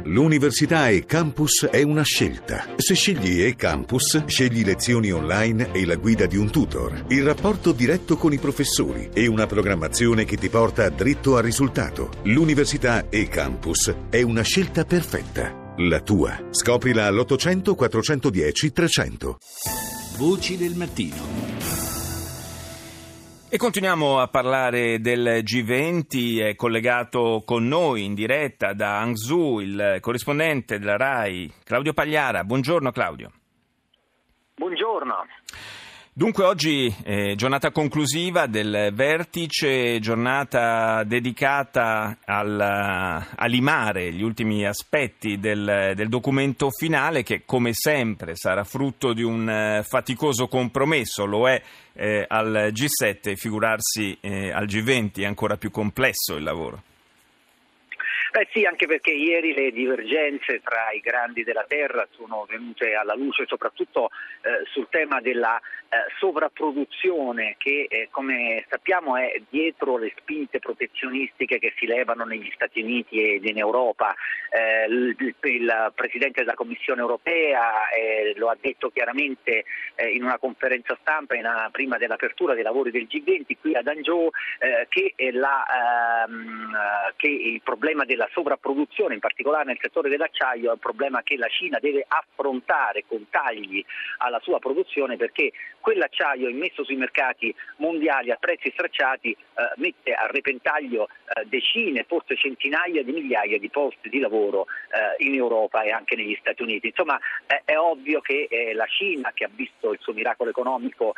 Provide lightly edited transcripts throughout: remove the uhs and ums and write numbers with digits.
L'università e-Campus è una scelta. Se scegli e-Campus, scegli lezioni online e la guida di un tutor, il rapporto diretto con i professori e una programmazione che ti porta dritto al risultato. L'università e-Campus è una scelta perfetta. La tua. Scoprila all'800 410 300. Voci del mattino. E continuiamo a parlare del G20. È collegato con noi in diretta da Hangzhou il corrispondente della RAI, Claudio Pagliara. Buongiorno Claudio. Buongiorno. Dunque oggi giornata conclusiva del vertice, giornata dedicata a limare gli ultimi aspetti del documento finale che come sempre sarà frutto di un faticoso compromesso, lo è al G7, figurarsi al G20 è ancora più complesso il lavoro. Beh sì, anche perché ieri le divergenze tra i grandi della terra sono venute alla luce soprattutto sul tema della sovrapproduzione che come sappiamo è dietro le spinte protezionistiche che si levano negli Stati Uniti ed in Europa. Il Presidente della Commissione europea lo ha detto chiaramente in una conferenza stampa prima dell'apertura dei lavori del G20 qui ad Hangzhou che il problema della sovrapproduzione, in particolare nel settore dell'acciaio, è un problema che la Cina deve affrontare con tagli alla sua produzione, perché quell'acciaio immesso sui mercati mondiali a prezzi stracciati mette a repentaglio decine, forse centinaia di migliaia di posti di lavoro in Europa e anche negli Stati Uniti. Insomma, è ovvio che la Cina, che ha visto il suo miracolo economico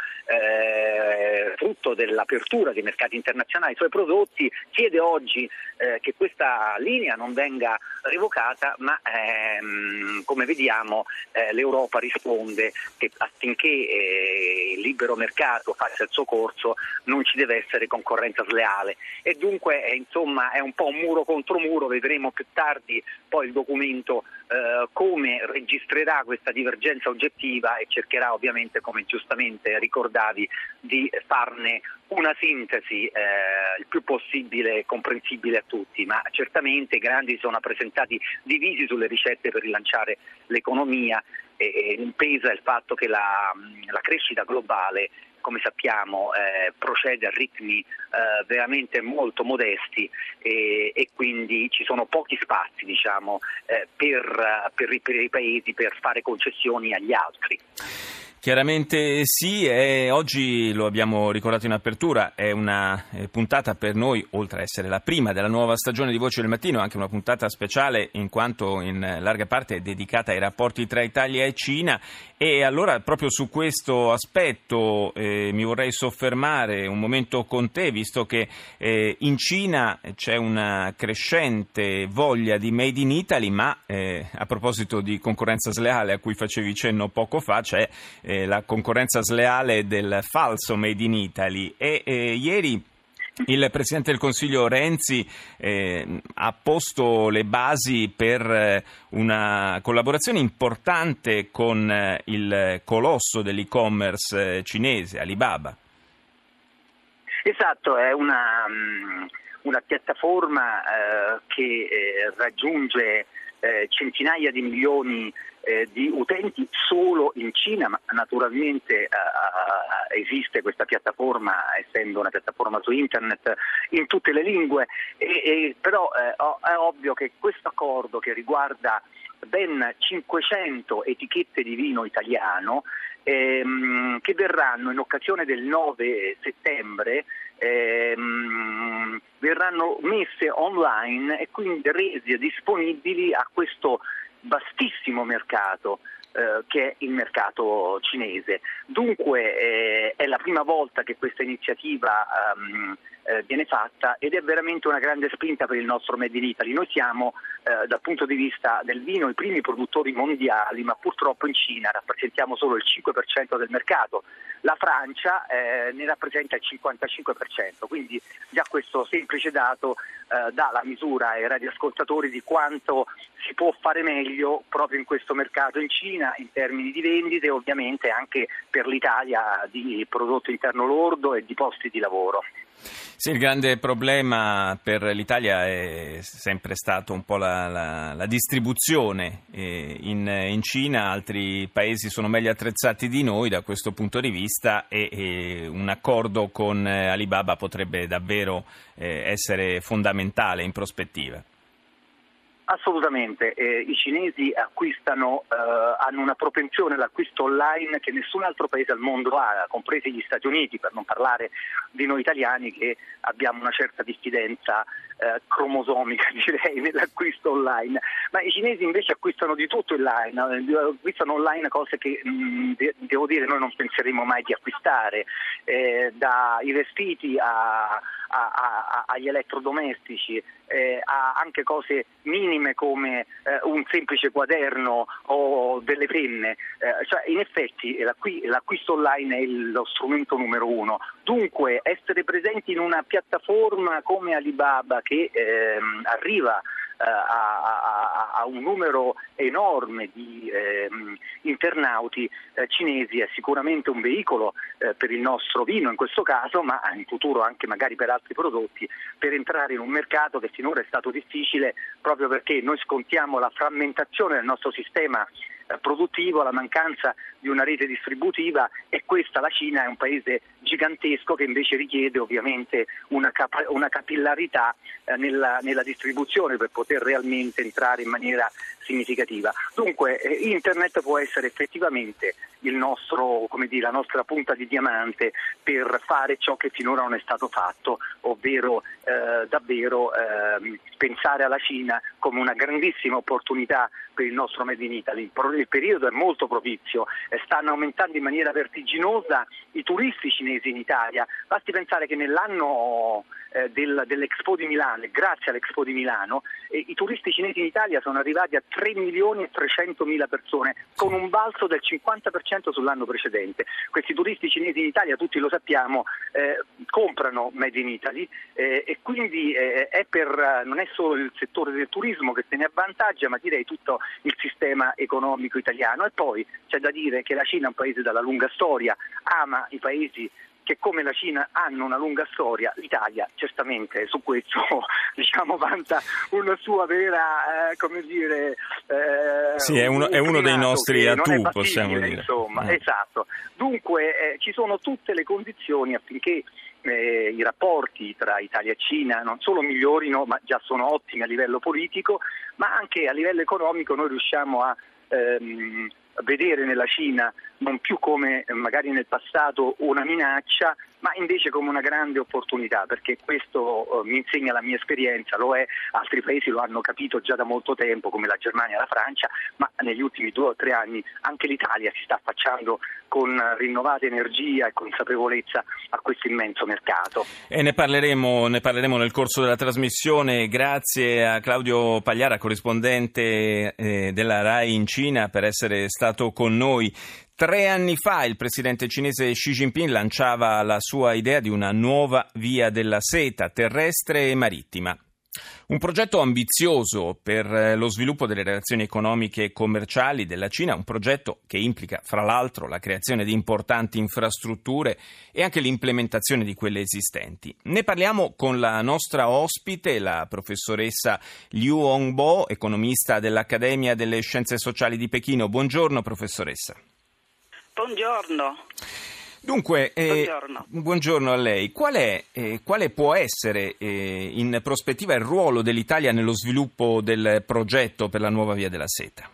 frutto dell'apertura dei mercati internazionali ai suoi prodotti, chiede oggi che questa linea non venga revocata, ma come vediamo l'Europa risponde che affinché il libero mercato faccia il suo corso non ci deve essere concorrenza sleale e dunque insomma è un po' un muro contro muro. Vedremo più tardi poi il documento come registrerà questa divergenza oggettiva e cercherà ovviamente, come giustamente ricordavi, di farne una sintesi il più possibile comprensibile a tutti, ma certamente i grandi sono presentati divisi sulle ricette per rilanciare l'economia e pesa il fatto che la crescita globale, come sappiamo, procede a ritmi veramente molto modesti e quindi ci sono pochi spazi, diciamo, per i paesi per fare concessioni agli altri. Chiaramente sì, e oggi lo abbiamo ricordato in apertura, è una puntata per noi, oltre a essere la prima della nuova stagione di Voci del Mattino, anche una puntata speciale in quanto in larga parte è dedicata ai rapporti tra Italia e Cina e allora proprio su questo aspetto mi vorrei soffermare un momento con te, visto che in Cina c'è una crescente voglia di Made in Italy, ma a proposito di concorrenza sleale a cui facevi cenno poco fa, c'è la concorrenza sleale del falso Made in Italy e ieri il Presidente del Consiglio Renzi ha posto le basi per una collaborazione importante con il colosso dell'e-commerce cinese, Alibaba. Esatto, è una piattaforma che raggiunge centinaia di milioni di utenti solo in Cina, ma naturalmente esiste questa piattaforma, essendo una piattaforma su internet, in tutte le lingue, però è ovvio che questo accordo, che riguarda ben 500 etichette di vino italiano, che verranno in occasione del 9 settembre, verranno messe online e quindi rese disponibili a questo vastissimo mercato che è il mercato cinese. Dunque è la prima volta che questa iniziativa viene fatta ed è veramente una grande spinta per il nostro Made in Italy. Noi siamo dal punto di vista del vino i primi produttori mondiali, ma purtroppo in Cina rappresentiamo solo il 5% del mercato. La Francia ne rappresenta il 55%, quindi già questo semplice dato dà la misura ai radioascoltatori di quanto si può fare meglio proprio in questo mercato in Cina in termini di vendite e ovviamente anche per l'Italia di prodotto interno lordo e di posti di lavoro. Sì, il grande problema per l'Italia è sempre stato un po' la distribuzione in Cina. Altri paesi sono meglio attrezzati di noi da questo punto di vista e un accordo con Alibaba potrebbe davvero essere fondamentale in prospettiva. Assolutamente, i cinesi hanno una propensione all'acquisto online che nessun altro paese al mondo ha, compresi gli Stati Uniti, per non parlare di noi italiani che abbiamo una certa diffidenza cromosomica, direi, nell'acquisto online. Ma i cinesi invece acquistano di tutto online, acquistano online cose che devo dire noi non penseremo mai di acquistare, dai vestiti agli elettrodomestici, a anche cose minime come un semplice quaderno o delle penne, cioè in effetti l'acquisto online è lo strumento numero uno. Dunque essere presenti in una piattaforma come Alibaba che arriva a un numero enorme di internauti cinesi è sicuramente un veicolo per il nostro vino in questo caso, ma in futuro anche magari per altri prodotti, per entrare in un mercato che finora è stato difficile proprio perché noi scontiamo la frammentazione del nostro sistema produttivo, la mancanza di una rete distributiva, e questa, la Cina, è un paese gigantesco che invece richiede ovviamente una capillarità nella distribuzione per poter realmente entrare in maniera significativa. Dunque internet può essere effettivamente la nostra punta di diamante per fare ciò che finora non è stato fatto, ovvero davvero pensare alla Cina come una grandissima opportunità per il nostro Made in Italy. Il periodo è molto propizio, stanno aumentando in maniera vertiginosa i turisti cinesi in Italia. Basti pensare che nell'anno dell'Expo di Milano, grazie all'Expo di Milano, i turisti cinesi in Italia sono arrivati a 3.300.000 persone, con un balzo del 50% sull'anno precedente. Questi turisti cinesi in Italia, tutti lo sappiamo, comprano Made in Italy e quindi non è solo il settore del turismo che se ne avvantaggia, ma direi tutto il sistema economico italiano. E poi c'è da dire che la Cina è un paese dalla lunga storia, ama i paesi che come la Cina hanno una lunga storia. L'Italia certamente su questo vanta una sua vera sì, è uno dei nostri attu, possiamo dire. Insomma, esatto. Dunque ci sono tutte le condizioni affinché i rapporti tra Italia e Cina non solo migliorino, ma già sono ottimi a livello politico, ma anche a livello economico noi riusciamo a vedere nella Cina non più come magari nel passato una minaccia, ma invece come una grande opportunità, perché questo mi insegna la mia esperienza, lo è, altri paesi lo hanno capito già da molto tempo, come la Germania e la Francia, ma negli ultimi 2 o 3 anni anche l'Italia si sta affacciando con rinnovata energia e consapevolezza a questo immenso mercato. E ne parleremo nel corso della trasmissione. Grazie a Claudio Pagliara, corrispondente della RAI in Cina, per essere stato con noi. 3 anni fa il presidente cinese Xi Jinping lanciava la sua idea di una nuova via della seta terrestre e marittima. Un progetto ambizioso per lo sviluppo delle relazioni economiche e commerciali della Cina, un progetto che implica, fra l'altro, la creazione di importanti infrastrutture e anche l'implementazione di quelle esistenti. Ne parliamo con la nostra ospite, la professoressa Liu Hongbo, economista dell'Accademia delle Scienze Sociali di Pechino. Buongiorno, professoressa. Buongiorno. Dunque, buongiorno a lei. Quale può essere in prospettiva il ruolo dell'Italia nello sviluppo del progetto per la nuova via della seta?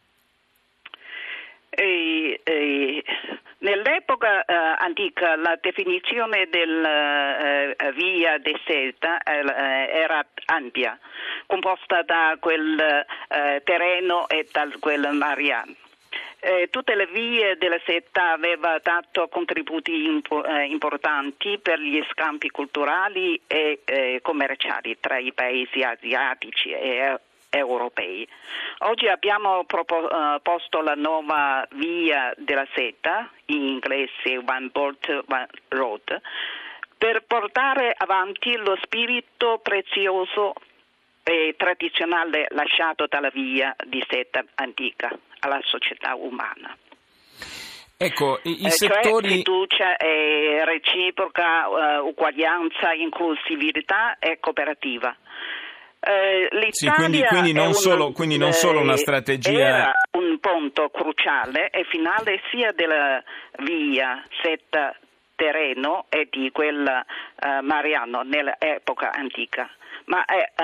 Nell'epoca antica la definizione della via di seta era ampia, composta da quel terreno e da quel mariano. Tutte le vie della seta aveva dato contributi importanti per gli scambi culturali e commerciali tra i paesi asiatici e europei. Oggi abbiamo proposto la nuova via della seta, in inglese One Belt One Road, per portare avanti lo spirito prezioso e tradizionale lasciato dalla via di seta antica alla società umana. Ecco, i settori... Cioè fiducia e reciproca, uguaglianza, inclusività e cooperativa. Sì, quindi non solo una strategia... Era un punto cruciale e finale sia della via setta terreno e di quella Mariano nell'epoca antica, ma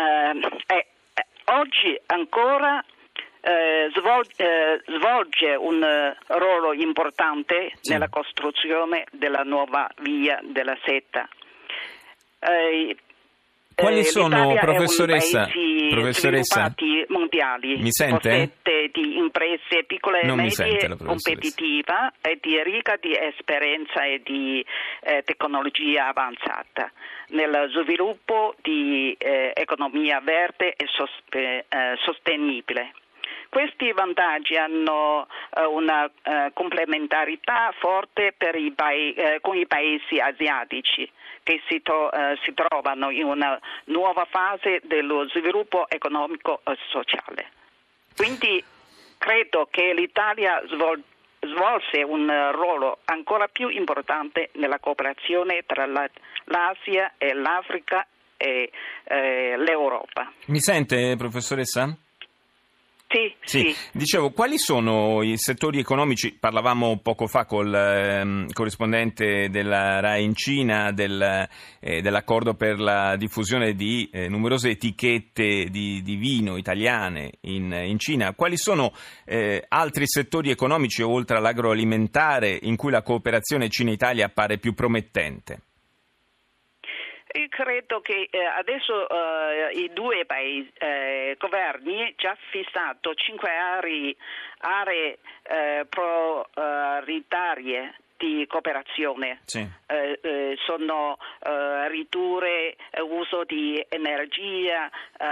oggi ancora svolge un ruolo importante nella costruzione della nuova via della setta. Quali sono, professoressa? Sviluppati mondiali, mi sente? Di imprese piccole e medie, competitiva e di ricca di esperienza e di tecnologia avanzata nel sviluppo di economia verde e sostenibile. Questi vantaggi hanno una complementarità forte con i paesi asiatici che si trovano in una nuova fase dello sviluppo economico e sociale. Quindi credo che l'Italia svolse un ruolo ancora più importante nella cooperazione tra l'Asia e l'Africa e l'Europa. Mi sente, professoressa? Sì. Dicevo, quali sono i settori economici? Parlavamo poco fa col corrispondente della RAI in Cina dell'accordo per la diffusione di numerose etichette di vino italiane in Cina. Quali sono altri settori economici oltre all'agroalimentare in cui la cooperazione Cina-Italia appare più promettente? Io credo che adesso i due governi già fissato 5 aree prioritarie di cooperazione. Sì. Sono ridurre uso di energia,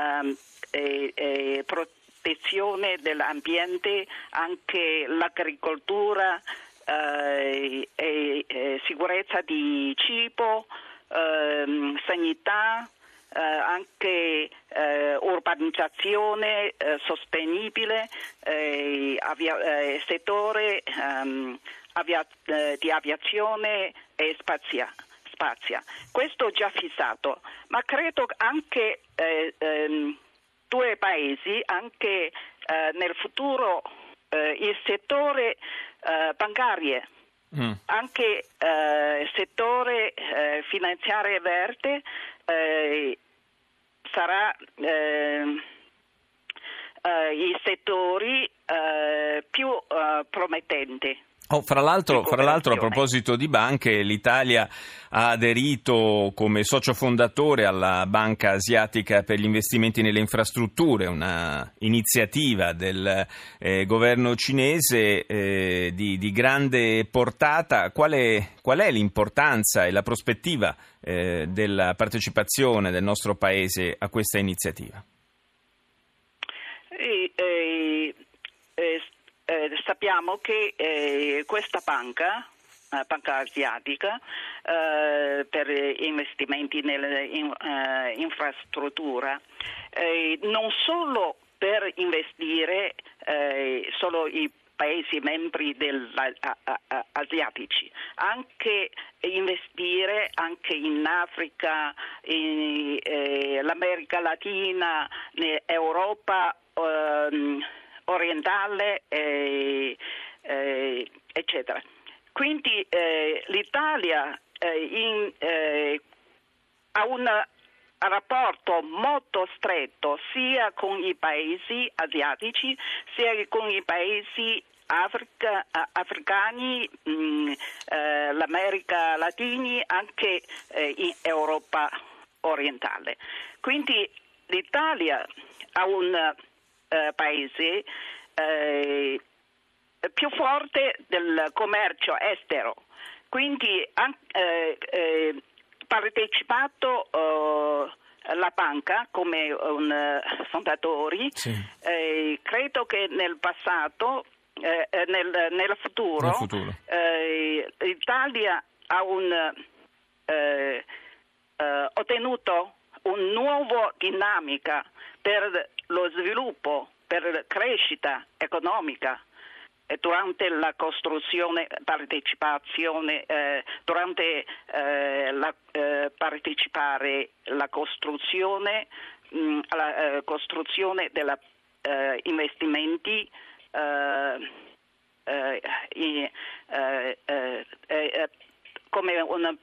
protezione dell'ambiente, anche l'agricoltura, sicurezza di cibo, sanità, anche urbanizzazione sostenibile, settore di aviazione e spazia. Questo già fissato, ma credo anche due paesi, anche nel futuro il settore bancario. Anche settore finanziario verde sarà i settori più promettenti. Fra l'altro, a proposito di banche, l'Italia ha aderito come socio fondatore alla Banca Asiatica per gli investimenti nelle infrastrutture, una iniziativa del governo cinese di grande portata. Qual è l'importanza e la prospettiva della partecipazione del nostro Paese a questa iniziativa? Sappiamo che questa banca asiatica per investimenti nell'infrastruttura non solo per investire solo i Paesi membri asiatici, anche investire anche in Africa, l'America Latina, Europa orientale, eccetera. Quindi l'Italia ha un rapporto molto stretto sia con i paesi asiatici sia con i paesi africani, l'America Latina, anche in Europa orientale. Quindi l'Italia ha un paese più forte del commercio estero, quindi partecipato la banca come un fondatore. Sì. Credo che nel passato, nel futuro. L'Italia ha ottenuto una nuova dinamica per lo sviluppo, per la crescita economica durante la costruzione, partecipazione, durante la partecipare alla costruzione della investimenti come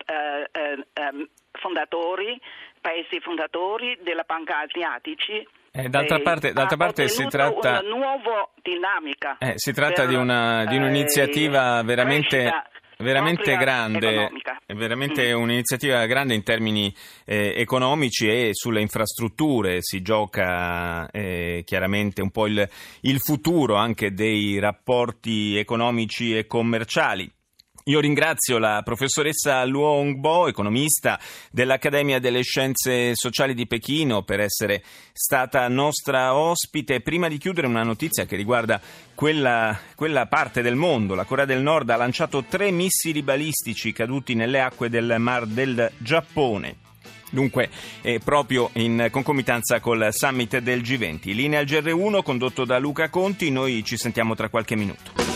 paesi fondatori della Banca Asiatici. D'altra parte si tratta una nuova dinamica. Si tratta di un'iniziativa veramente grande, veramente un'iniziativa grande in termini economici, e sulle infrastrutture si gioca chiaramente un po' il futuro anche dei rapporti economici e commerciali. Io ringrazio la professoressa Luo Hongbo, economista dell'Accademia delle Scienze Sociali di Pechino, per essere stata nostra ospite. Prima di chiudere, una notizia che riguarda quella parte del mondo. La Corea del Nord ha lanciato 3 missili balistici caduti nelle acque del Mar del Giappone. Dunque, proprio in concomitanza col summit del G20. Linea al GR1 condotto da Luca Conti. Noi ci sentiamo tra qualche minuto.